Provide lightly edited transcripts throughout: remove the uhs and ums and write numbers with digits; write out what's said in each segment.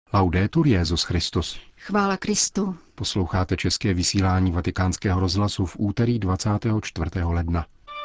Laudetur Jesus Christus. Chvála Kristu. Posloucháte české vysílání Vatikánského rozhlasu v úterý 24. ledna.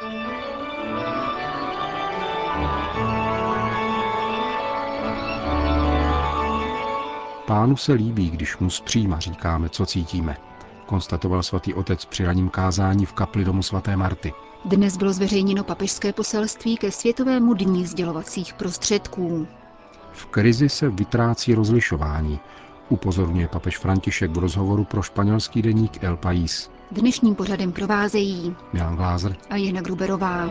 Pánu se líbí, když mu zpříma říkáme, co cítíme, konstatoval svatý otec při ranním kázání v kapli domu svaté Marty. Dnes bylo zveřejněno papežské poselství ke Světovému dni sdělovacích prostředků. V krizi se vytrácí rozlišování, upozorňuje papež František v rozhovoru pro španělský deník El País. Dnešním pořadem provázejí Milan Glázer a Jana Gruberová.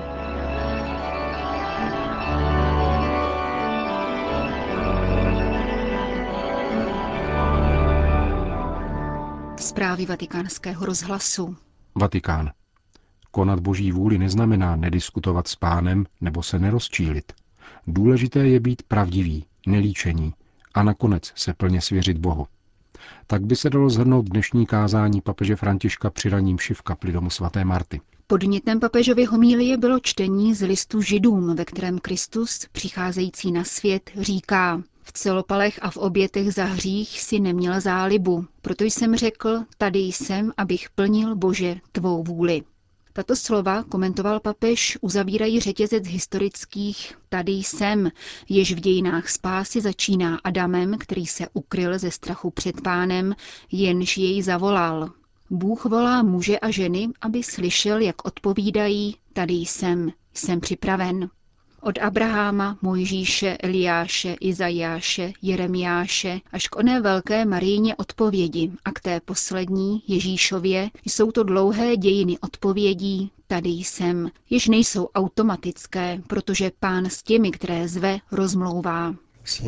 Zprávy Vatikánského rozhlasu. Vatikán. Konat Boží vůli neznamená nediskutovat s Pánem nebo se nerozčílit. Důležité je být pravdivý, nelíčení a nakonec se plně svěřit Bohu. Tak by se dalo shrnout dnešní kázání papeže Františka při ranním mši v kapli domu svaté Marty. Podnětem papežovy homilie bylo čtení z listu Židům, ve kterém Kristus, přicházející na svět, říká: v celopalech a v obětech za hřích si neměl zálibu, proto jsem řekl, tady jsem, abych plnil, Bože, tvou vůli. Tato slova, komentoval papež, uzavírají řetězec historických tady jsem, jež v dějinách spásy začíná Adamem, který se ukryl ze strachu před Pánem, jenž jej zavolal. Bůh volá muže a ženy, aby slyšel, jak odpovídají, tady jsem připraven. Od Abraháma, Mojžíše, Eliáše, Izajáše, Jeremiáše až k oné velké Marijně odpovědi a k té poslední, Ježíšově, jsou to dlouhé dějiny odpovědí, tady jsem, jež nejsou automatické, protože Pán s těmi, které zve, rozmlouvá.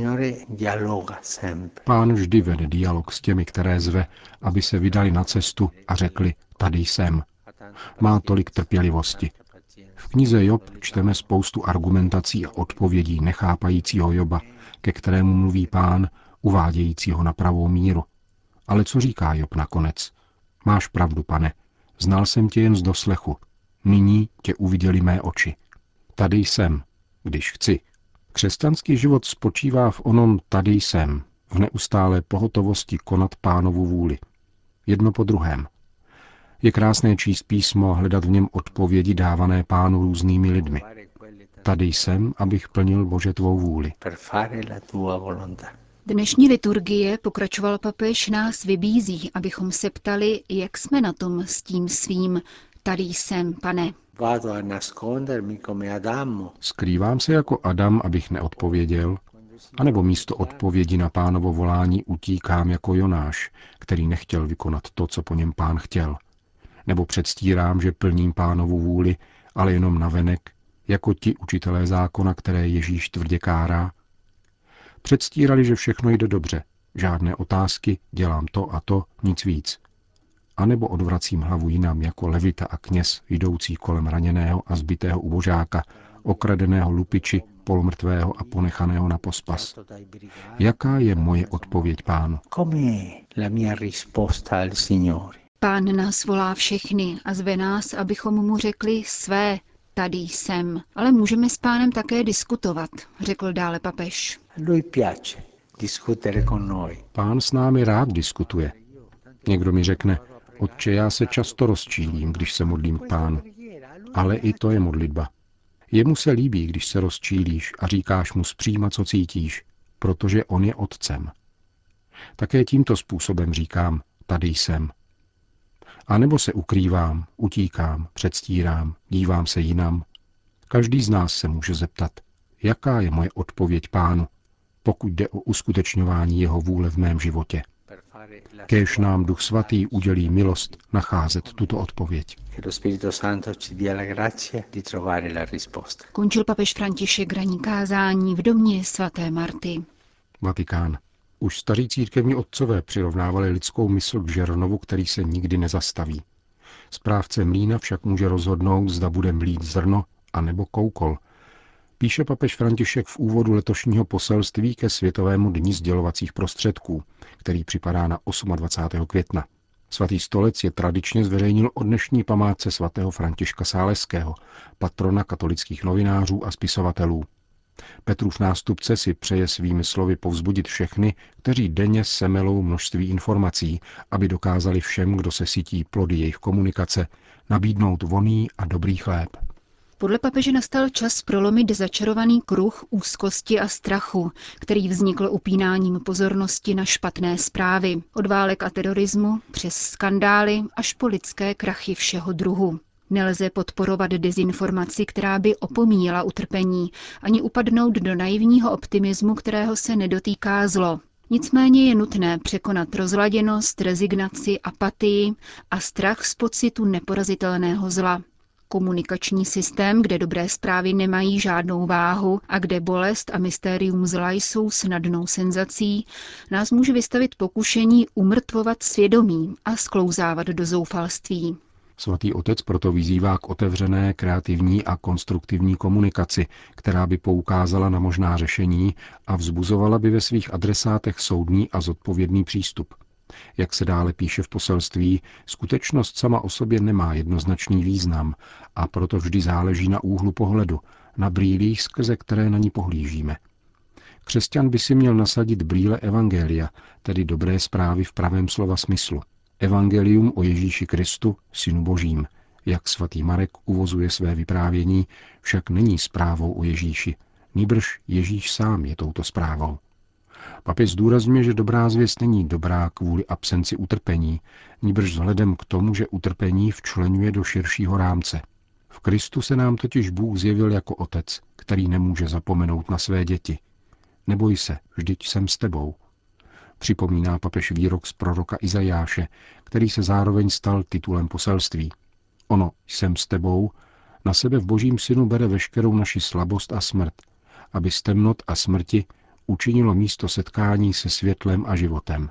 Pán vždy vede dialog s těmi, které zve, aby se vydali na cestu a řekli, tady jsem. Má tolik trpělivosti. V knize Job čteme spoustu argumentací a odpovědí nechápajícího Joba, ke kterému mluví Pán, uvádějící ho na pravou míru. Ale co říká Job nakonec? Máš pravdu, Pane, znal jsem tě jen z doslechu. Nyní tě uviděly mé oči. Tady jsem, když chci. Křesťanský život spočívá v onom tady jsem, v neustálé pohotovosti konat Pánovu vůli. Jedno po druhém. Je krásné číst písmo a hledat v něm odpovědi dávané Pánu různými lidmi. Tady jsem, abych plnil, Bože, tvou vůli. Dnešní liturgie, pokračoval papež, nás vybízí, abychom se ptali, jak jsme na tom s tím svým tady jsem, Pane. Skrývám se jako Adam, abych neodpověděl, anebo místo odpovědi na Pánovo volání utíkám jako Jonáš, který nechtěl vykonat to, co po něm Pán chtěl. Nebo předstírám, že plním Pánovu vůli, ale jenom navenek, jako ti učitelé zákona, které Ježíš tvrdě kárá. Předstírali, že všechno jde dobře, žádné otázky, dělám to a to, nic víc. A nebo odvracím hlavu jinam jako levita a kněz jdoucí kolem raněného a zbitého ubožáka, okradeného lupiči, polomrtvého a ponechaného na pospas. Jaká je moje odpověď Pánu? Pán nás volá všechny a zve nás, abychom mu řekli své, tady jsem. Ale můžeme s Pánem také diskutovat, řekl dále papež. Pán s námi rád diskutuje. Někdo mi řekne, Otče, já se často rozčílím, když se modlím k Pánu. Ale i to je modlitba. Jemu se líbí, když se rozčílíš a říkáš mu zpříma, co cítíš, protože on je Otcem. Také tímto způsobem říkám, tady jsem. A nebo se ukrývám, utíkám, předstírám, dívám se jinam. Každý z nás se může zeptat, jaká je moje odpověď Pánu, pokud jde o uskutečňování jeho vůle v mém životě. Kéž nám Duch Svatý udělí milost nacházet tuto odpověď. Končil papež František ranní kázání v domě svaté Marty. Vatikán. Už staří církevní otcové přirovnávali lidskou mysl k žernovu, který se nikdy nezastaví. Správce mlýna však může rozhodnout, zda bude mlít zrno anebo koukol. Píše papež František v úvodu letošního poselství ke Světovému dni sdělovacích prostředků, který připadá na 28. května. Svatý stolec je tradičně zveřejnil o dnešní památce svatého Františka Sáleského, patrona katolických novinářů a spisovatelů. Petrův nástupce si přeje svými slovy povzbudit všechny, kteří denně semelou množství informací, aby dokázali všem, kdo se sytí plody jejich komunikace, nabídnout vonný a dobrý chléb. Podle papeže nastal čas prolomit začarovaný kruh úzkosti a strachu, který vznikl upínáním pozornosti na špatné zprávy, od válek a terorismu přes skandály až po lidské krachy všeho druhu. Nelze podporovat dezinformaci, která by opomíjela utrpení, ani upadnout do naivního optimismu, kterého se nedotýká zlo. Nicméně je nutné překonat rozladěnost, rezignaci, apatii a strach z pocitu neporazitelného zla. Komunikační systém, kde dobré zprávy nemají žádnou váhu a kde bolest a mystérium zla jsou snadnou senzací, nás může vystavit pokušení umrtvovat svědomí a sklouzávat do zoufalství. Svatý otec proto vyzývá k otevřené, kreativní a konstruktivní komunikaci, která by poukázala na možná řešení a vzbuzovala by ve svých adresátech soudný a zodpovědný přístup. Jak se dále píše v poselství, skutečnost sama o sobě nemá jednoznačný význam a proto vždy záleží na úhlu pohledu, na brýlích, skrze které na ní pohlížíme. Křesťan by si měl nasadit brýle evangelia, tedy dobré zprávy v pravém slova smyslu. Evangelium o Ježíši Kristu, Synu Božím, jak svatý Marek uvozuje své vyprávění, však není zprávou o Ježíši, nýbrž Ježíš sám je touto zprávou. Papež zdůrazňuje, že dobrá zvěst není dobrá kvůli absenci utrpení, nýbrž vzhledem k tomu, že utrpení včleňuje do širšího rámce. V Kristu se nám totiž Bůh zjevil jako otec, který nemůže zapomenout na své děti. Neboj se, vždyť jsem s tebou. Připomíná papež výrok z proroka Izajáše, který se zároveň stal titulem poselství. Ono, jsem s tebou, na sebe v Božím synu bere veškerou naši slabost a smrt, aby z temnot a smrti učinilo místo setkání se světlem a životem.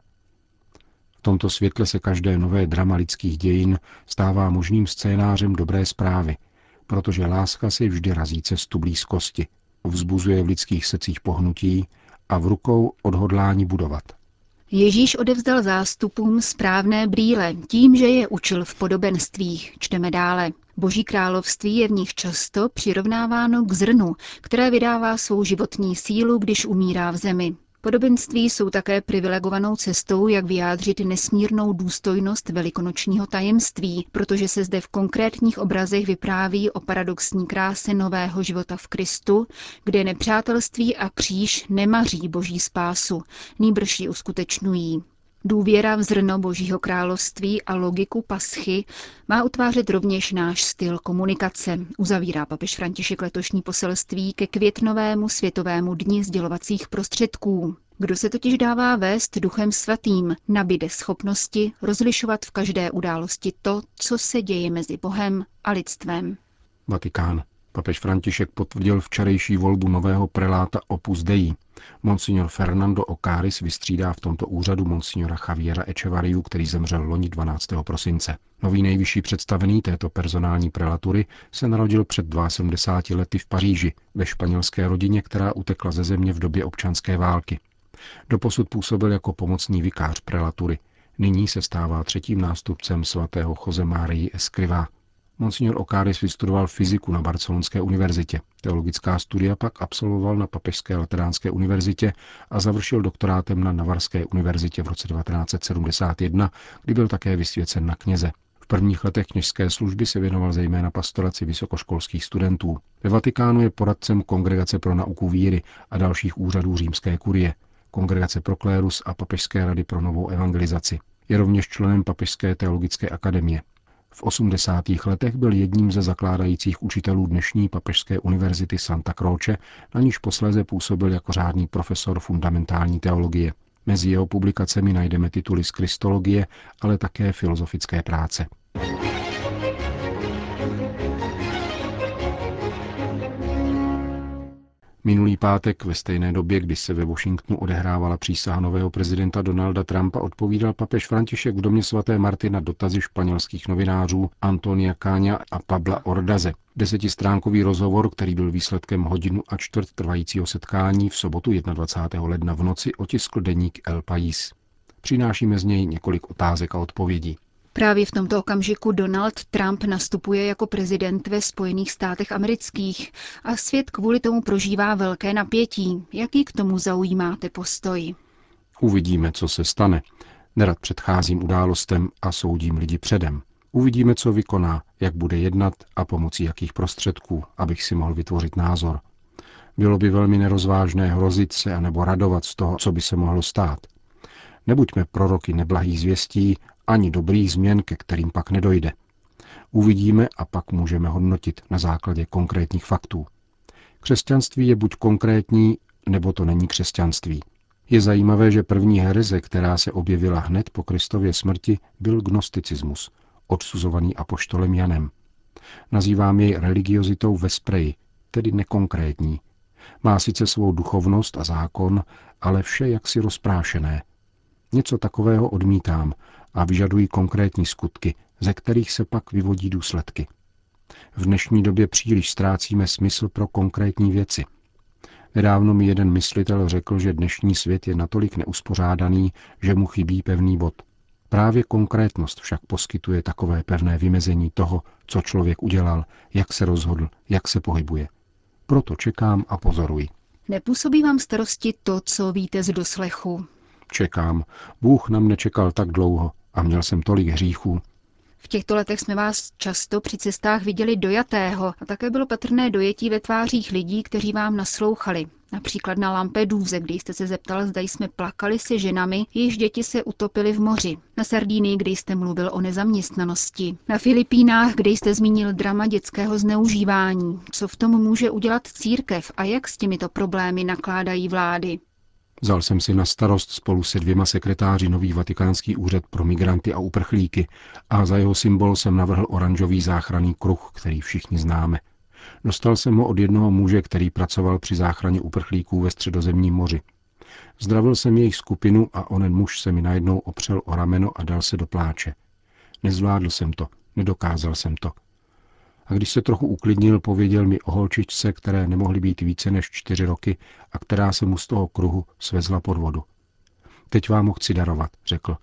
V tomto světle se každé nové drama lidských dějin stává možným scénářem dobré zprávy, protože láska si vždy razí cestu blízkosti, vzbuzuje v lidských srdcích pohnutí a v rukou odhodlání budovat. Ježíš odevzdal zástupům správné brýle tím, že je učil v podobenstvích, čteme dále. Boží království je v nich často přirovnáváno k zrnu, které vydává svou životní sílu, když umírá v zemi. Podobenství jsou také privilegovanou cestou, jak vyjádřit nesmírnou důstojnost velikonočního tajemství, protože se zde v konkrétních obrazech vypráví o paradoxní kráse nového života v Kristu, kde nepřátelství a kříž nemaří Boží spásu, nýbrž ji uskutečňují. Důvěra v zrno Božího království a logiku paschy má utvářet rovněž náš styl komunikace, uzavírá papež František letošní poselství ke květnovému světovému dni sdělovacích prostředků. Kdo se totiž dává vést Duchem Svatým, nabyde schopnosti rozlišovat v každé události to, co se děje mezi Bohem a lidstvem. Vatikán. Papež František potvrdil včerejší volbu nového preláta Opus Dei. Monsignor Fernando Ocaris vystřídá v tomto úřadu monsignora Javiera Echevariu, který zemřel loni 12. prosince. Nový nejvyšší představený této personální prelatury se narodil před 72 lety v Paříži, ve španělské rodině, která utekla ze země v době občanské války. Doposud působil jako pomocný vikář prelatury. Nyní se stává třetím nástupcem svatého Jose Marii Escrivá. Monsignor Ocaris vystudoval fyziku na Barcelonské univerzitě. Teologická studia pak absolvoval na Papežské lateránské univerzitě a završil doktorátem na Navarské univerzitě v roce 1971, kdy byl také vysvěcen na kněze. V prvních letech kněžské služby se věnoval zejména pastoraci vysokoškolských studentů. Ve Vatikánu je poradcem Kongregace pro nauku víry a dalších úřadů římské kurie, Kongregace pro klérus a Papežské rady pro novou evangelizaci. Je rovněž členem Papežské teologické akademie. V 80. letech byl jedním ze zakládajících učitelů dnešní Papežské univerzity Santa Croce, na níž posléze působil jako řádný profesor fundamentální teologie. Mezi jeho publikacemi najdeme tituly z kristologie, ale také filozofické práce. Minulý pátek ve stejné době, kdy se ve Washingtonu odehrávala přísaha nového prezidenta Donalda Trumpa, odpovídal papež František v domě svaté Marty na dotazy španělských novinářů Antonia Caña a Pabla Ordaze. 10stránkový rozhovor, který byl výsledkem 1 hodinu a čtvrt trvajícího setkání v sobotu 21. ledna v noci, otiskl deník El País. Přinášíme z něj několik otázek a odpovědí. Právě v tomto okamžiku Donald Trump nastupuje jako prezident ve Spojených státech amerických a svět kvůli tomu prožívá velké napětí. Jaký k tomu zaujímáte postoj? Uvidíme, co se stane. Nerad předcházím událostem a soudím lidi předem. Uvidíme, co vykoná, jak bude jednat a pomocí jakých prostředků, abych si mohl vytvořit názor. Bylo by velmi nerozvážné hrozit se anebo radovat z toho, co by se mohlo stát. Nebuďme proroky neblahých zvěstí ani dobrých změn, ke kterým pak nedojde. Uvidíme a pak můžeme hodnotit na základě konkrétních faktů. Křesťanství je buď konkrétní, nebo to není křesťanství. Je zajímavé, že první hereze, která se objevila hned po Kristově smrti, byl gnosticismus, odsuzovaný apoštolem Janem. Nazývám jej religiozitou ve spreji, tedy nekonkrétní. Má sice svou duchovnost a zákon, ale vše jaksi rozprášené. Něco takového odmítám a vyžadují konkrétní skutky, ze kterých se pak vyvodí důsledky. V dnešní době příliš ztrácíme smysl pro konkrétní věci. Nedávno mi jeden myslitel řekl, že dnešní svět je natolik neuspořádaný, že mu chybí pevný bod. Právě konkrétnost však poskytuje takové pevné vymezení toho, co člověk udělal, jak se rozhodl, jak se pohybuje. Proto čekám a pozoruji. Nepůsobí vám starosti to, co víte z doslechu? Čekám. Bůh na mne čekal tak dlouho a měl jsem tolik hříchů. V těchto letech jsme vás často při cestách viděli dojatého a také bylo patrné dojetí ve tvářích lidí, kteří vám naslouchali. Například na Lampeduze, kdy jste se zeptal, zda jsme plakali se ženami, jejichž děti se utopily v moři. Na Sardínii, kde jste mluvil o nezaměstnanosti. Na Filipínách, kde jste zmínil drama dětského zneužívání. Co v tom může udělat církev a jak s těmito problémy nakládají vlády? Vzal jsem si na starost spolu se 2 sekretáři nový vatikánský úřad pro migranty a uprchlíky a za jeho symbol jsem navrhl oranžový záchranný kruh, který všichni známe. Dostal jsem ho od jednoho muže, který pracoval při záchraně uprchlíků ve Středozemním moři. Zdravil jsem jejich skupinu a onen muž se mi najednou opřel o rameno a dal se do pláče. Nezvládl jsem to, nedokázal jsem to. A když se trochu uklidnil, pověděl mi o holčičce, které nemohly být více než 4 roky a která se mu z toho kruhu svezla pod vodu. Teď vám ho chci darovat, řekl.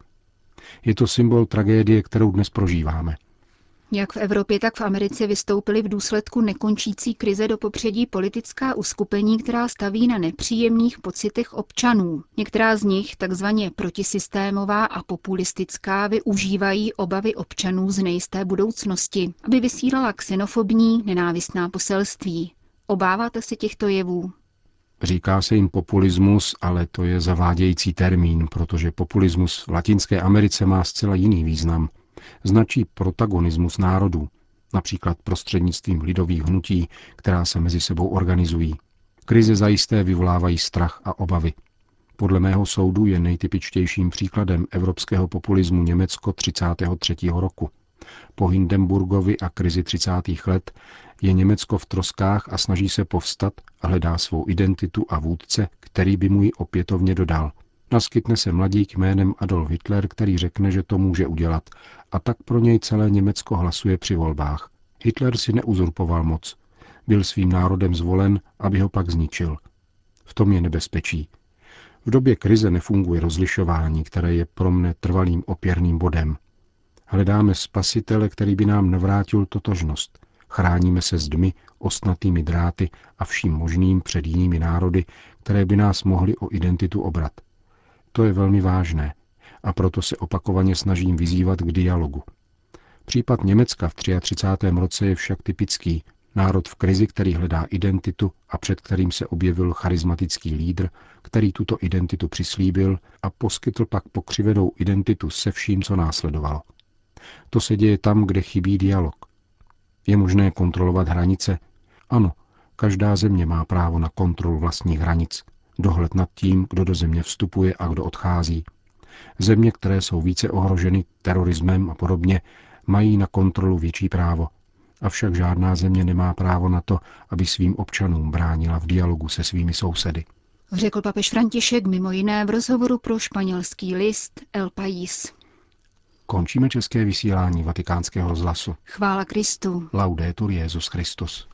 Je to symbol tragédie, kterou dnes prožíváme. Jak v Evropě, tak v Americe vystoupily v důsledku nekončící krize do popředí politická uskupení, která staví na nepříjemných pocitech občanů. Některá z nich, takzvaně protisystémová a populistická, využívají obavy občanů z nejisté budoucnosti, aby vysílala xenofobní, nenávistná poselství. Obáváte se těchto jevů? Říká se jim populismus, ale to je zavádějící termín, protože populismus v Latinské Americe má zcela jiný význam. Značí protagonismus národů, například prostřednictvím lidových hnutí, která se mezi sebou organizují. Krize zajisté vyvolávají strach a obavy. Podle mého soudu je nejtypičtějším příkladem evropského populismu Německo 33. roku. Po Hindenburgovi a krizi 30. let je Německo v troskách a snaží se povstat a hledá svou identitu a vůdce, který by mu ji opětovně dodal. Naskytne se mladík jménem Adolf Hitler, který řekne, že to může udělat, a tak pro něj celé Německo hlasuje při volbách. Hitler si neuzurpoval moc. Byl svým národem zvolen, aby ho pak zničil. V tom je nebezpečí. V době krize nefunguje rozlišování, které je pro mne trvalým opěrným bodem. Hledáme spasitele, který by nám navrátil totožnost. Chráníme se zdmi, ostnatými dráty a vším možným před jinými národy, které by nás mohly o identitu obrat. To je velmi vážné a proto se opakovaně snažím vyzývat k dialogu. Případ Německa v 33. roce je však typický. Národ v krizi, který hledá identitu a před kterým se objevil charismatický lídr, který tuto identitu přislíbil a poskytl pak pokřivenou identitu se vším, co následovalo. To se děje tam, kde chybí dialog. Je možné kontrolovat hranice? Ano, každá země má právo na kontrolu vlastních hranic, dohled nad tím, kdo do země vstupuje a kdo odchází. Země, které jsou více ohroženy terorismem a podobně, mají na kontrolu větší právo. Avšak žádná země nemá právo na to, aby svým občanům bránila v dialogu se svými sousedy. Řekl papež František mimo jiné v rozhovoru pro španělský list El País. Končíme české vysílání Vatikánského rozhlasu. Chvála Kristu. Laudetur Jesus Christus.